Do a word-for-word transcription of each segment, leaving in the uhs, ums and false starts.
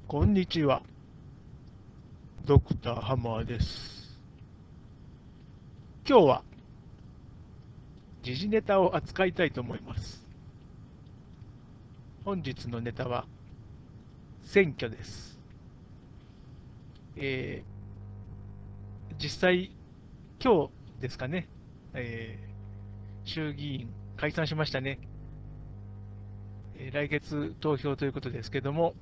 こんにちは、ドクターハマーです。今日は時事ネタを扱いたいと思います。本日のネタは選挙です。えー実際、今日ですかね、えー衆議院解散しましたね。えー来月投票ということですけども、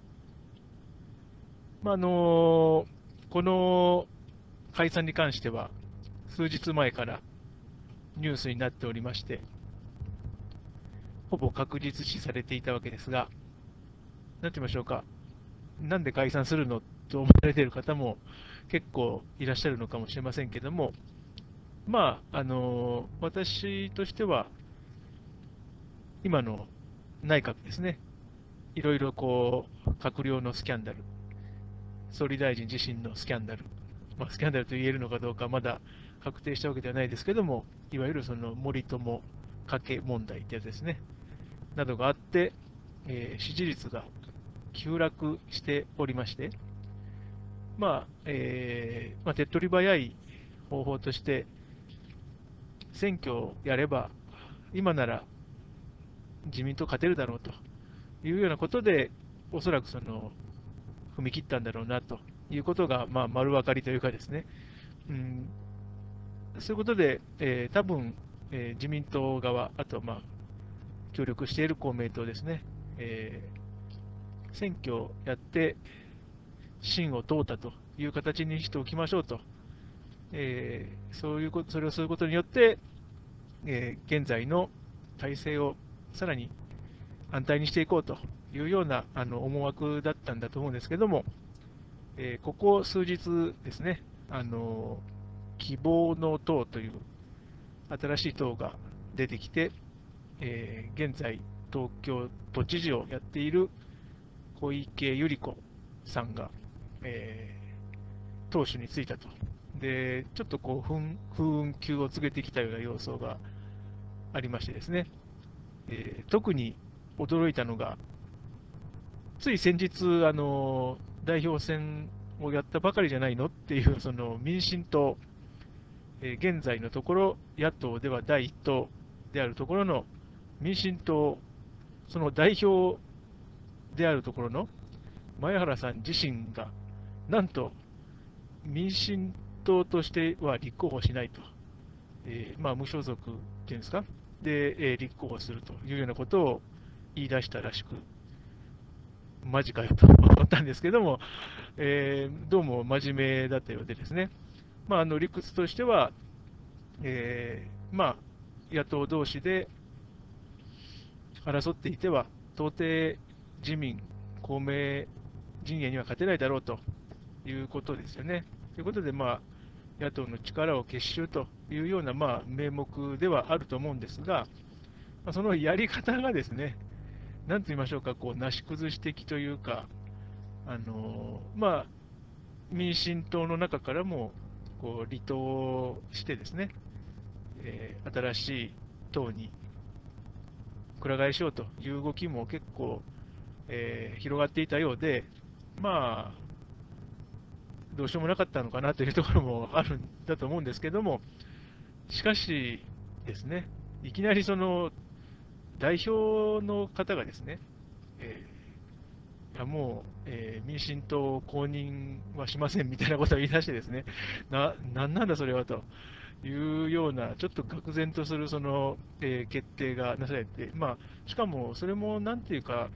まああのーこの解散に関しては、数日前からニュースになっておりまして、ほぼ確実視されていたわけですが、なんて言いましょうか、なんで解散するのと思われている方も結構いらっしゃるのかもしれませんけども、まあ、あの私としては、今の内閣ですね、いろいろこう、閣僚のスキャンダル、総理大臣自身のスキャンダル、まあ、スキャンダルと言えるのかどうか、まだ確定したわけではないですけども、いわゆるその森友家計問題ってやつですね、などがあって、えー支持率が急落しておりまして、まあ、えーまあ、手っ取り早い方法として、選挙をやれば、今なら自民党勝てるだろうというようなことで、おそらくその踏み切ったんだろうなということが、まあ、丸分かりというかですね、うん、そういうことで、えー多分、えー自民党側、あと、まあ、協力している公明党ですね、えー選挙をやって、信を問うたという形にしておきましょうと、えーそういうこと、それをすることによって、えー現在の体制をさらに安泰にしていこうというようなあの思惑だったんだと思うんですけども、えーここ数日ですね、あの希望の党という新しい党が出てきて、えー現在、東京都知事をやっている小池百合子さんが、えー党首に就いたと。で、ちょっとこう、風雲急を告げてきたような様相がありましてですね、えー特に驚いたのが、つい先日、あの代表選をやったばかりじゃないのっていう、その民進党、えー現在のところ、野党では第一党であるところの民進党、その代表であるところの前原さん自身が、なんと民進党としては立候補しないと、えーまあ、無所属っていうんですか、で、えー立候補するというようなことを言い出したらしく、マジかよと思ったんですけども、えーどうも真面目だったようでですね、まあ、あの理屈としては、えーまあ、野党同士で争っていては、到底自民、公明陣営には勝てないだろうということですよね。ということで、まあ、野党の力を結集というような、まあ、名目ではあると思うんですが、まあ、そのやり方がですね、なんと言いましょうか、こうなし崩し的というか、あのまあ、民進党の中からもこう離党してですね、えー新しい党にくら替えしようという動きも結構、えー広がっていたようで、まあ、どうしようもなかったのかなというところもあるんだと思うんですけども、しかしですね、いきなりその代表の方がですね、えーいやもう、えー民進党公認はしませんみたいなことを言い出してですね、な、なんなんだそれはというような、ちょっと愕然とするその、えー決定がなされて、まあ、しかもそれもなんていうか、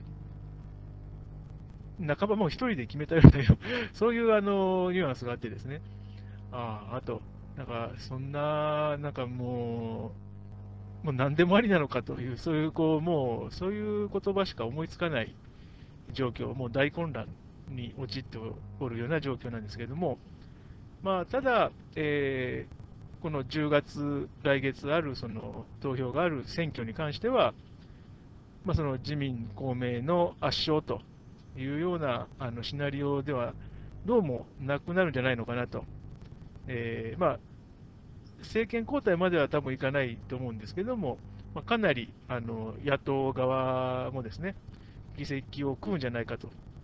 半ばもう一人で決めたような、そういうあのニュアンスがあってですね、ああ、あと、なんか、そんな、なんかもう、もう何でもありなのかという、そういう、こう、もう、そういう言葉しか思いつかない状況、もう大混乱に陥っておるような状況なんですけれども、まあ、ただ、えーこのじゅうがつ、来月あるその投票がある選挙に関しては、まあ、その自民、公明の圧勝というようなあのシナリオでは、どうもなくなるんじゃないのかなと。えーまあ、政権交代までは多分いかないと思うんですけども、まあ、かなりあの野党側もですね、議席を食うんじゃないかと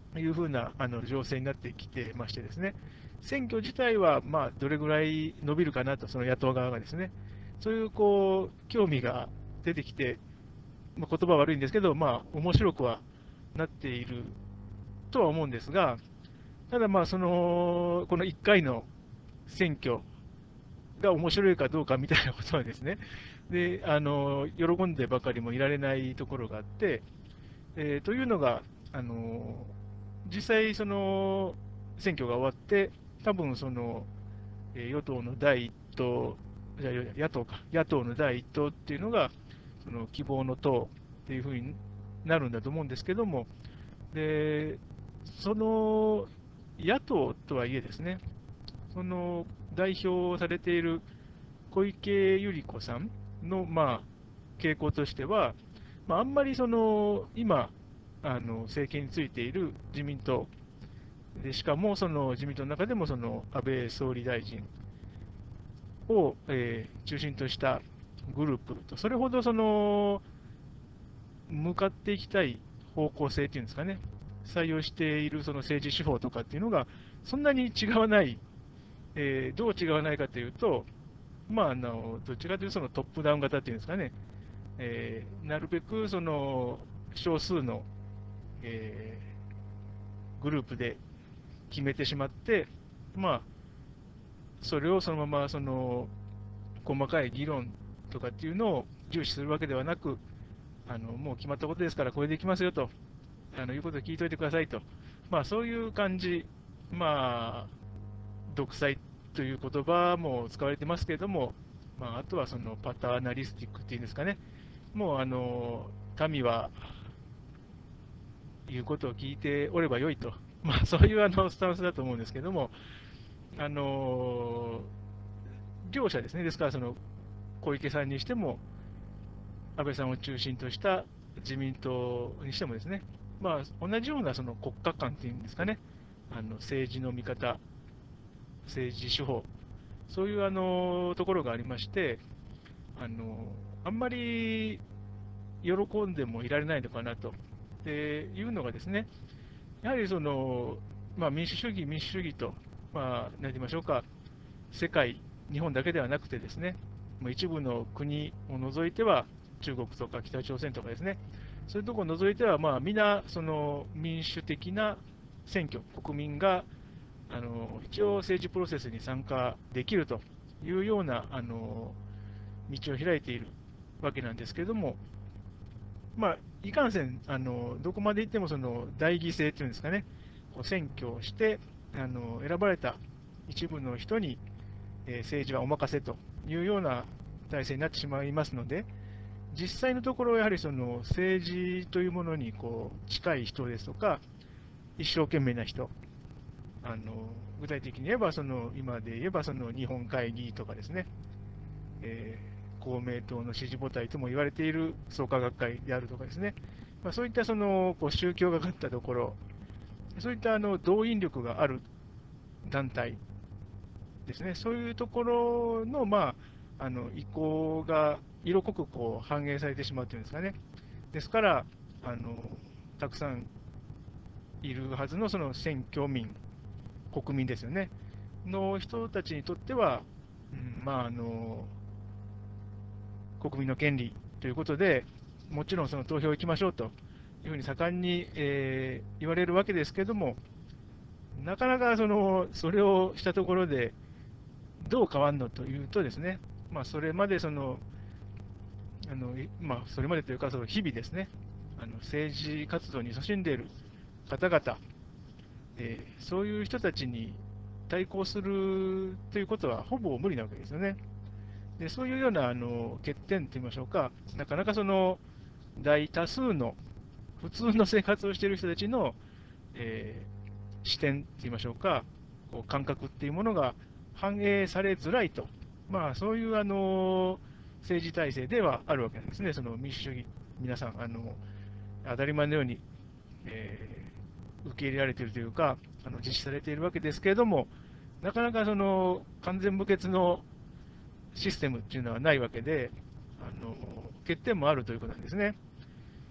いうふうなあの情勢になってきてましてですね、選挙自体はまあどれぐらい伸びるかなと、その野党側がですね、そういうこう興味が出てきて、まあ、言葉は悪いんですけど、まあ面白くはなっているとは思うんですが、ただまあその、このいっかいの選挙が面白いかどうかみたいなことはですね、であの喜んでばかりもいられないところがあって、えーというのが、あの実際、その選挙が終わって、多分その、えー与党の第一党、じゃあ野党か、野党の第一党っていうのが、その希望の党っていうふうになるんだと思うんですけども、でその野党とはいえですね、その代表をされている小池百合子さんの、まあ、傾向としては、まあ、あんまりその今、あの政権についている自民党で、しかもその自民党の中でもその安倍総理大臣を、えー中心としたグループと、それほどその向かっていきたい方向性っていうんですかね、採用しているその政治手法とかっていうのが、そんなに違わない、えーどう違わないかというと、まあ、あのどっちかというとそのトップダウン型っていうんですかね、えーなるべくその少数の、えーグループで決めてしまって、まあ、それをそのままその細かい議論とかっていうのを重視するわけではなく、あのもう決まったことですから、これでいきますよと、あのいうことを聞いといてくださいと、まあ、そういう感じ、まあ、独裁という言葉も使われてますけれども、まあ、あとはそのパターナリスティックっていうんですかね、もうあの民は言うことを聞いておればよいと、まあ、そういうあのスタンスだと思うんですけども、あの両者ですね、ですからその小池さんにしても、安倍さんを中心とした自民党にしてもですね、まあ、同じようなその国家観っていうんですかね、あの政治の見方、政治手法、そういうあのところがありまして、あのあんまり喜んでもいられないのかなとでいうのがですね、やはりその、まあ、民主主義、民主主義と、まあ、何て言いましょうか、世界、日本だけではなくてですね、もう一部の国を除いては、中国とか北朝鮮とかですね、そういうところを除いては、まあ、皆、その民主的な選挙、国民があの一応政治プロセスに参加できるというようなあの道を開いているわけなんですけれども、まあ、いかんせん、あのどこまで行ってもその代議制というんですかね、こう選挙をしてあの選ばれた一部の人に、えー政治はお任せというような体制になってしまいますので、実際のところ、やはりその政治というものにこう近い人ですとか、一生懸命な人、あの具体的に言えば、その今で言えばその日本会議とかですね、えー公明党の支持母体とも言われている創価学会であるとかですね、まあ、そういったそのこう宗教がかったところ、そういったあの動員力がある団体ですね、そういうところの、まあ、あの意向が色濃くこう反映されてしまうというんですかね、ですからあの、たくさんいるはずのその選挙民、国民ですよね、の人たちにとっては、うんまああの国民の権利ということで、もちろんその投票行きましょうというふうに盛んに、えー言われるわけですけれども、なかなかそのそれをしたところで、どう変わるのというとですね、まあ、それまでその、あのいまあ、それまでというか、その日々ですね、あの政治活動に勤しんでいる方々、えーそういう人たちに対抗するということはほぼ無理なわけですよね。でそういうようなあの欠点といいましょうか、なかなかその大多数の普通の生活をしている人たちの、えー視点といいましょうか、こう感覚っていうものが反映されづらいと、まあ、そういうあの政治体制ではあるわけなんですね、その民主主義、皆さん、あの当たり前のように、えー受け入れられているというか、あの実施されているわけですけれども、なかなかその完全無欠のシステムっていうのはないわけで、あの欠点もあるということなんですね。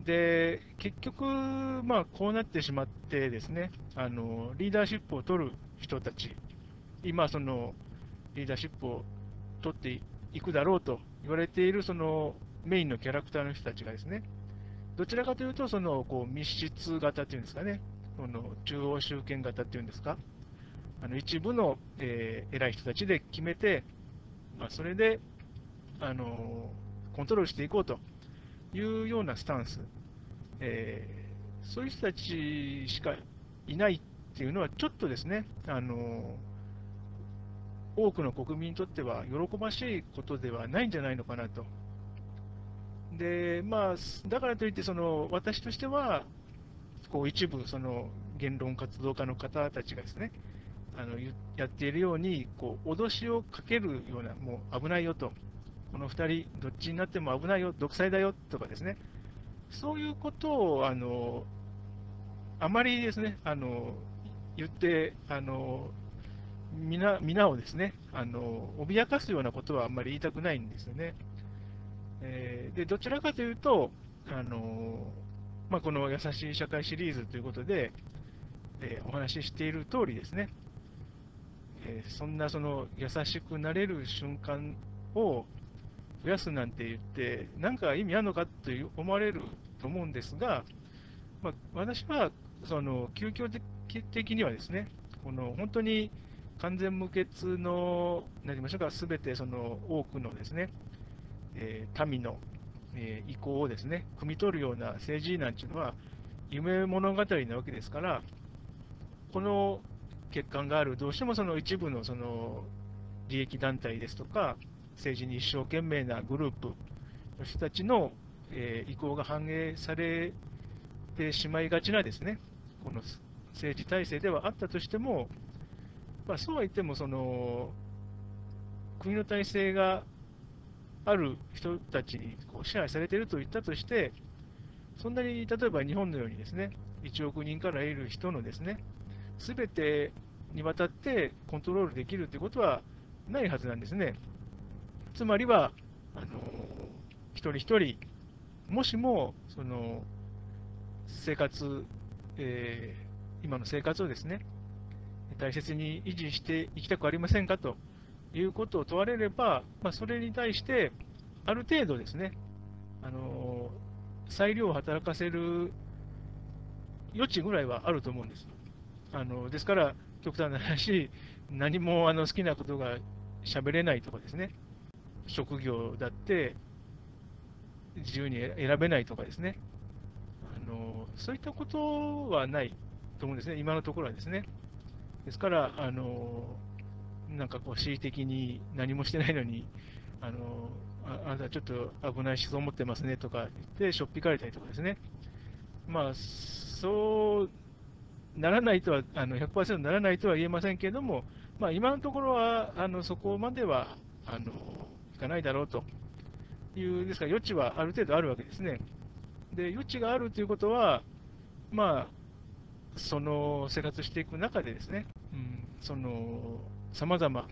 で、結局、まあ、こうなってしまってですね、あのリーダーシップを取る人たち、今、そのリーダーシップを取っていくだろうと言われているそのメインのキャラクターの人たちがですね、どちらかというと、そのこう密室型っていうんですかね、その中央集権型っていうんですか、あの一部の、えー偉い人たちで決めて、まあ、それで、あのコントロールしていこうというようなスタンス、えーそういう人たちしかいないっていうのは、ちょっとですね、あの多くの国民にとっては喜ばしいことではないんじゃないのかなと。で、まあ、だからといって、その私としては、こう一部、その言論活動家の方たちがですね、あのやっているように、こう脅しをかけるような、もう危ないよと、このふたり、どっちになっても危ないよ、独裁だよとかですね、そういうことをあのあまりですね、あの言って、あの皆皆をですね、あの脅かすようなことはあんまり言いたくないんですよね。えーでどちらかというと、あのまあ、この優しい社会シリーズということで、えーお話ししている通りですね、えーそんなその優しくなれる瞬間を増やすなんて言って、なんか意味あるのかという思われると思うんですが、まあ、私はその究極的にはですね、この本当に完全無欠の、何て言いましょうか、すべてその多くのですね、えー民の、えー意向をですね、汲み取るような政治なんていうのは、夢物語なわけですから、この欠陥がある、どうしてもその一部のその利益団体ですとか、政治に一生懸命なグループの人たちの、えー意向が反映されてしまいがちなですね、この政治体制ではあったとしても、まあ、そうは言ってもその、国の体制がある人たちにこう支配されていると言ったとして、そんなに例えば日本のようにですね、いちおく人からいる人のですね、すべてにわたってコントロールできるということはないはずなんですね。つまりは、あの一人一人、もしもその生活、えー今の生活をですね、大切に維持していきたくありませんかということを問われれば、まあ、それに対して、ある程度ですね、あの裁量を働かせる余地ぐらいはあると思うんです。あのですから、極端な話、何もあの好きなことが喋れないとかですね、職業だって自由に選べないとかですね、あのそういったことはないと思うんですね、今のところはですね。ですから、あのなんかこう、恣意的に何もしてないのに、あのああなたちょっと危ない思想を持ってますねとか言って、しょっぴかれたりとかですね、まあ、そうならないとは、あのひゃくパーセントならないとは言えませんけれども、まあ、今のところはあのそこまではあのいかないだろうという、ですから余地はある程度あるわけですね。で、余地があるということは、まあ、その生活していく中でですね、うん、そのさまざま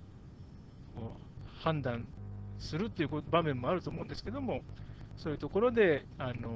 判断するという場面もあると思うんですけども、そういうところで、あの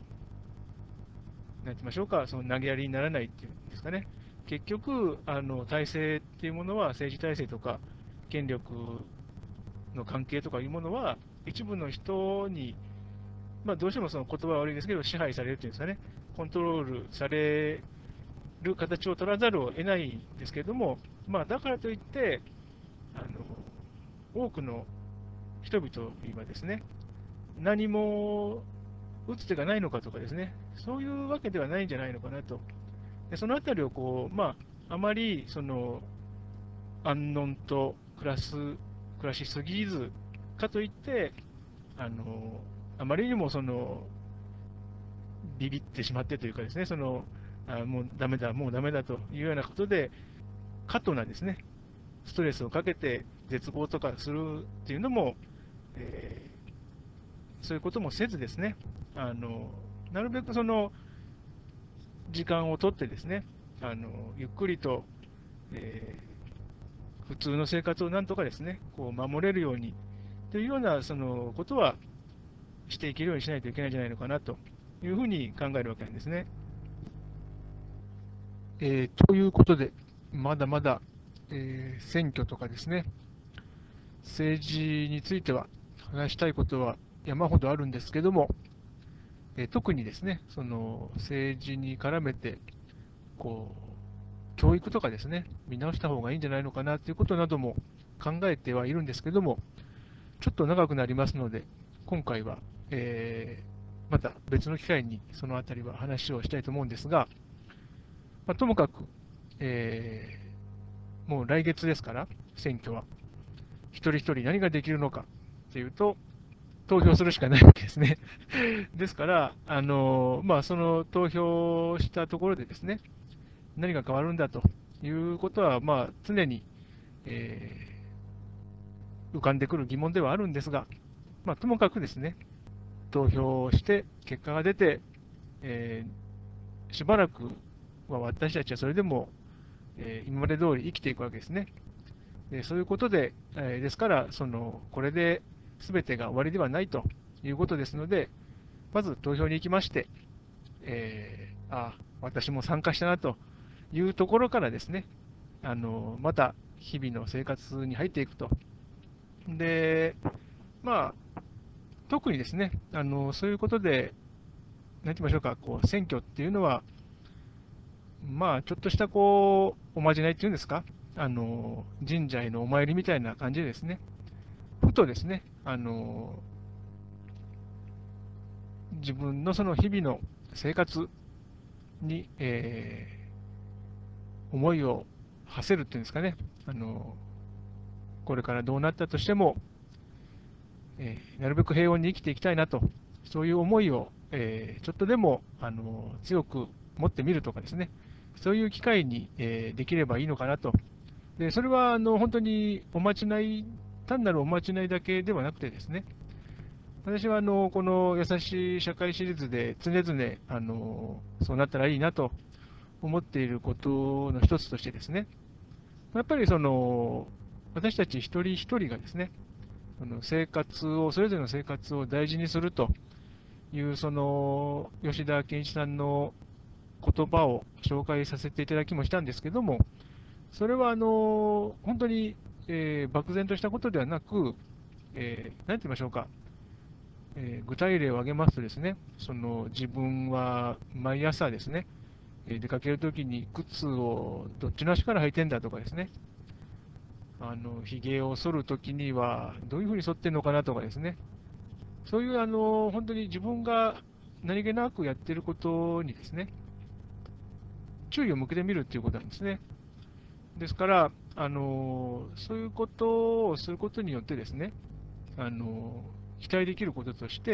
なんて言いましょうか、その投げやりにならないっていうんですかね、結局、あの体制っていうものは、政治体制とか、権力の関係とかいうものは、一部の人に、まあ、どうしてもその言葉は悪いですけど、支配されるっていうんですかね、コントロールされる形を取らざるを得ないんですけれども、まあ、だからといって、あの多くの人々にはですね、何も打つ手がないのかとかですね、そういうわけではないんじゃないのかなと。でそのあたりをこう、まあ、あまりその安穏と暮らす、暮らしすぎずかといって、あのあまりにもそのビビってしまってというかですね、そのあもうダメだ、もうダメだというようなことで、過度なですね、ストレスをかけて絶望とかするっていうのも、えーそういうこともせずですね、あのなるべくその時間をとってですね、あのゆっくりと、えー普通の生活をなんとかですね、こう守れるようにというようなそのことはしていけるようにしないといけないんじゃないのかなというふうに考えるわけなんですね。えーということで、まだまだ、えー選挙とかですね、政治については話したいことは山ほどあるんですけども、えー特にですね、その政治に絡めて、こう、教育とかですね、見直した方がいいんじゃないのかなということなども考えてはいるんですけども、ちょっと長くなりますので、今回は、えーまた別の機会にそのあたりは話をしたいと思うんですが、まあ、ともかく、えーもう来月ですから、選挙は。一人一人何ができるのかっていうと、投票するしかないわけですね。ですから、あのまあ、その投票したところでですね、何が変わるんだということは、まあ、常に、えー浮かんでくる疑問ではあるんですが、まあ、ともかくですね、投票をして結果が出て、えーしばらくは私たちはそれでも、えー今まで通り生きていくわけですね。でそういうことで、えーですから、そのこれで全てが終わりではないということですので、まず投票に行きまして、えーあ私も参加したなというところからですね、あのまた日々の生活に入っていくと。で、まあ、特にですね、あのそういうことで、なんて言いましょうか、こう選挙っていうのは、まあ、ちょっとしたこうおまじないっていうんですか、あの神社へのお参りみたいな感じでですね、ふとですね、あの自分のその日々の生活に、えー思いを馳せるっていうんですかね、あのこれからどうなったとしても、えーなるべく平穏に生きていきたいなと、そういう思いを、えーちょっとでもあの強く持ってみるとかですね、そういう機会に、えーできればいいのかなと。でそれはあの本当におまじない、単なるおまじないだけではなくてですね、私はあのこの優しい社会シリーズで常々あのそうなったらいいなと思っていることの一つとしてですね、やっぱりその私たち一人一人がですね、その生活を、それぞれの生活を大事にするという、その吉田健一さんの言葉を紹介させていただきもしたんですけども、それはあの本当に、えー漠然としたことではなく、えーなんて言いましょうか、えー具体例を挙げますとですね、その自分は毎朝ですね、えー出かけるときに靴をどっちの足から履いてんだとかですね、あの髭を剃るときにはどういうふうに剃ってるのかなとかですね、そういうあの本当に自分が何気なくやってることにですね、注意を向けてみるっていうことなんですね。ですから、あのそういうことをすることによってですね、あの期待できることとして、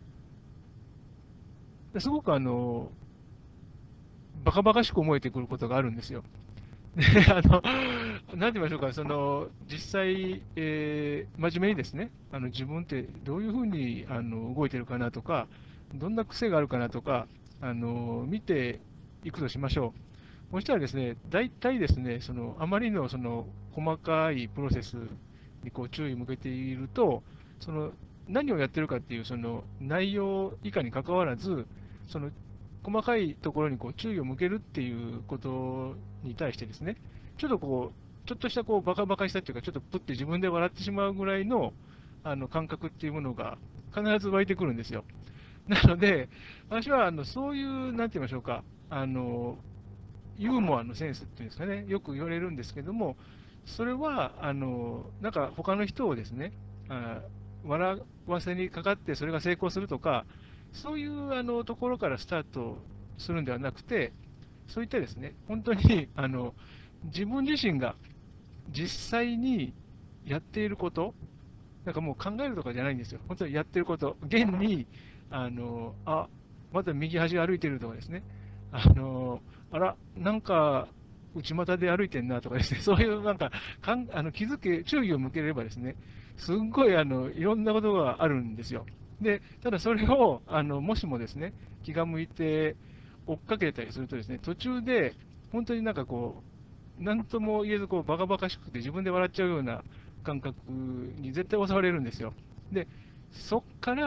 すごくあのバカバカしく思えてくることがあるんですよ。であのなんて言いましょうか、その実際、えー真面目にですね、あの自分ってどういうふうにあの動いてるかなとか、どんな癖があるかなとか、あの見ていくとしましょう。そしたらですね、大体ですね、そのあまりのその細かいプロセスにこう注意を向けていると、その何をやってるかっていうその内容以下に関わらず、その細かいところにこう注意を向けるっていうことに対してですね、ちょっとこう、ちょっとしたこうバカバカしたっていうか、ちょっとプって自分で笑ってしまうぐらいのあの感覚っていうものが必ず湧いてくるんですよ。なので、私はあのそういう、なんて言いましょうか、あのユーモアのセンスっていうんですかね、よく言われるんですけども、それは、あのなんか他の人をですね、あ笑わせにかかって、それが成功するとか、そういうあのところからスタートするんではなくて、そういったですね、本当にあの自分自身が実際にやっていること、なんかもう考えるとかじゃないんですよ、本当にやってること、現に、あのあまだ右端歩いてるとかですね、あのあら、なんか内股で歩いてんなとかですね、そういうなんかかんあの気づけ、注意を向ければですね、すっごいあのいろんなことがあるんですよ。で、ただそれをあのもしもですね、気が向いて追っかけたりするとですね、途中で本当になんかこう、なんとも言えずこうバカバカしくて自分で笑っちゃうような感覚に絶対襲われるんですよ。で、そっから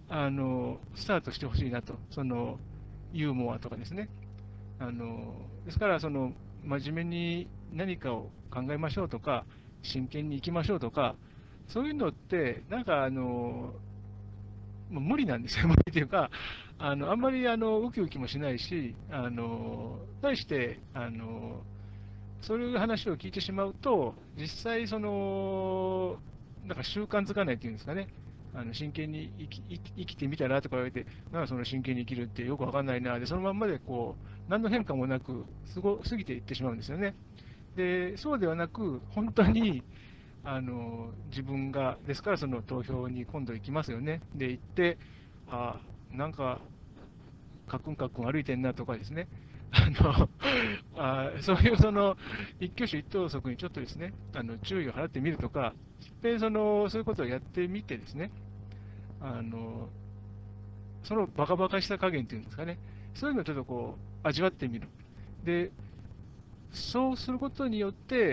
あのスタートしてほしいなと、そのユーモアとかですね。あのですから、その真面目に何かを考えましょうとか、真剣に生きましょうとか、そういうのって、なんかあのもう無理なんですよ、無理っていうか、あのあんまりあのウキウキもしないし、あの対してあのそういう話を聞いてしまうと、実際、そのなんか習慣づかないっていうんですかね、あの真剣に生き生き生きてみたらとか言われて、なんかその真剣に生きるってよくわかんないなで、そのまんまでこう何の変化もなく過ご過ぎていってしまうんですよね。で、そうではなく、本当にあの自分が、ですからその投票に今度行きますよね。で、行って、あなんか、カクンカクン歩いてんなとかですね、あのあそういうその一挙手一投足にちょっとですね、あの注意を払ってみるとか、でそのそういうことをやってみてですね、あのそのバカバカした加減っていうんですかね、そういうのをちょっとこう味わってみる。で、そうすることによって、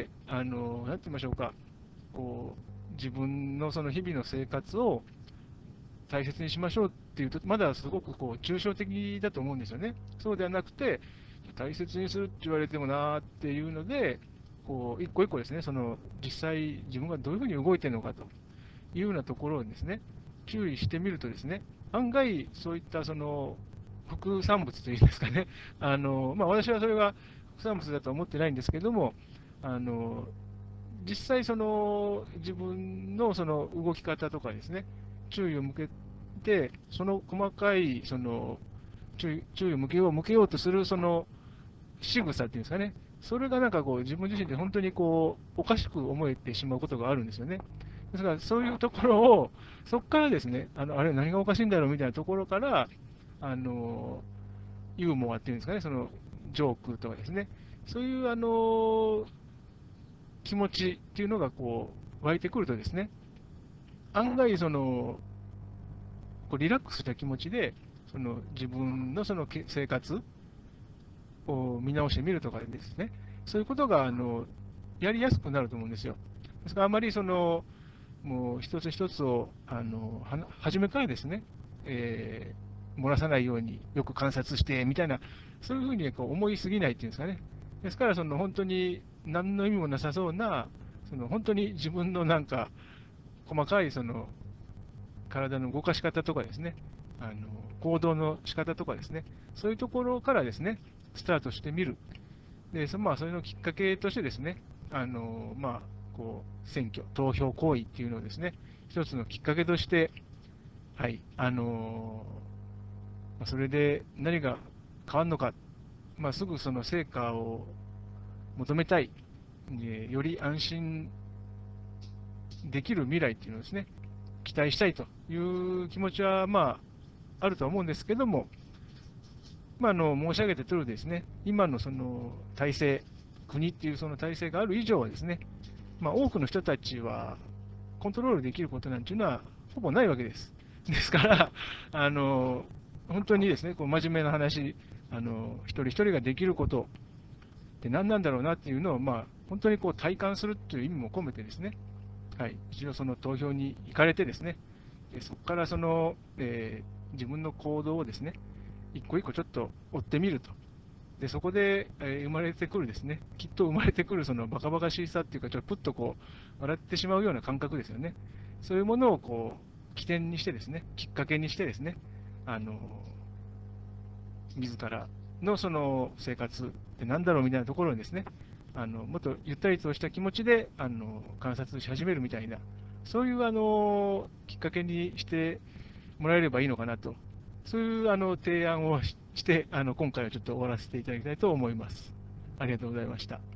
あのなんて言いましょうか、こう自分のその日々の生活を大切にしましょうっていうと、まだすごくこう抽象的だと思うんですよね。そうではなくて、大切にするって言われてもなーっていうので、こう一個一個ですね、その実際、自分がどういうふうに動いているのかというようなところをですね、注意してみるとですね、案外、そういったその副産物というんですかね、あのまあ、私はそれが副産物だとは思ってないんですけれども、あの実際、その自分のその動き方とかですね、注意を向けて、その細かいその注意注意を向けよう、向けようとするその仕草っていうんですかね、それがなんかこう自分自身で本当にこうおかしく思えてしまうことがあるんですよね。ですからそういうところを、そこからですね、あのあれ、何がおかしいんだろうみたいなところから、あのユーモアっていうんですかね、そのジョークとかですね、そういうあの気持ちっていうのがこう湧いてくるとですね、案外そのこうリラックスした気持ちで、その自分のそのけ生活を見直してみるとかですね、そういうことがあのやりやすくなると思うんですよ。ですからあまりそのもう一つ一つをあのは初めからですね、えー漏らさないようによく観察してみたいな、そういうふうにこう思いすぎないっていうんですかね。ですから、その本当に何の意味もなさそうな、その本当に自分のなんか細かいその体の動かし方とかですね、あの行動の仕方とかですね、そういうところからですね、スタートしてみる。で、そまあ、それのきっかけとしてですね、あのまあ、こう選挙、投票行為っていうのをですね、一つのきっかけとして、はい、あのそれで何が変わるのか、まあ、すぐその成果を求めたい、より安心できる未来っていうのをですね、期待したいという気持ちは、まあ、あるとは思うんですけども、まあ、あの申し上げた通りですね、今のその体制、国っていうその体制がある以上はですね、まあ、多くの人たちはコントロールできることなんていうのはほぼないわけです。ですから、あの本当にですね、こう真面目な話、あの一人一人ができることって何なんだろうなっていうのを、まあ、本当にこう体感するという意味も込めてですね、はい、一度その投票に行かれてですね、でそこからその、えー自分の行動をですね、一個一個ちょっと追ってみると。で、そこで、えー生まれてくるですね、きっと生まれてくるそのバカバカしさっていうか、ちょっとぷっとこう、笑ってしまうような感覚ですよね。そういうものをこう、起点にしてですね、きっかけにしてですね、あの、自らのその生活ってなんだろうみたいなところにですね、あのもっとゆったりとした気持ちであの観察し始めるみたいな、そういうあのきっかけにしてもらえればいいのかなと、そういうあの提案をししてあの今回はちょっと終わらせていただきたいと思います。ありがとうございました。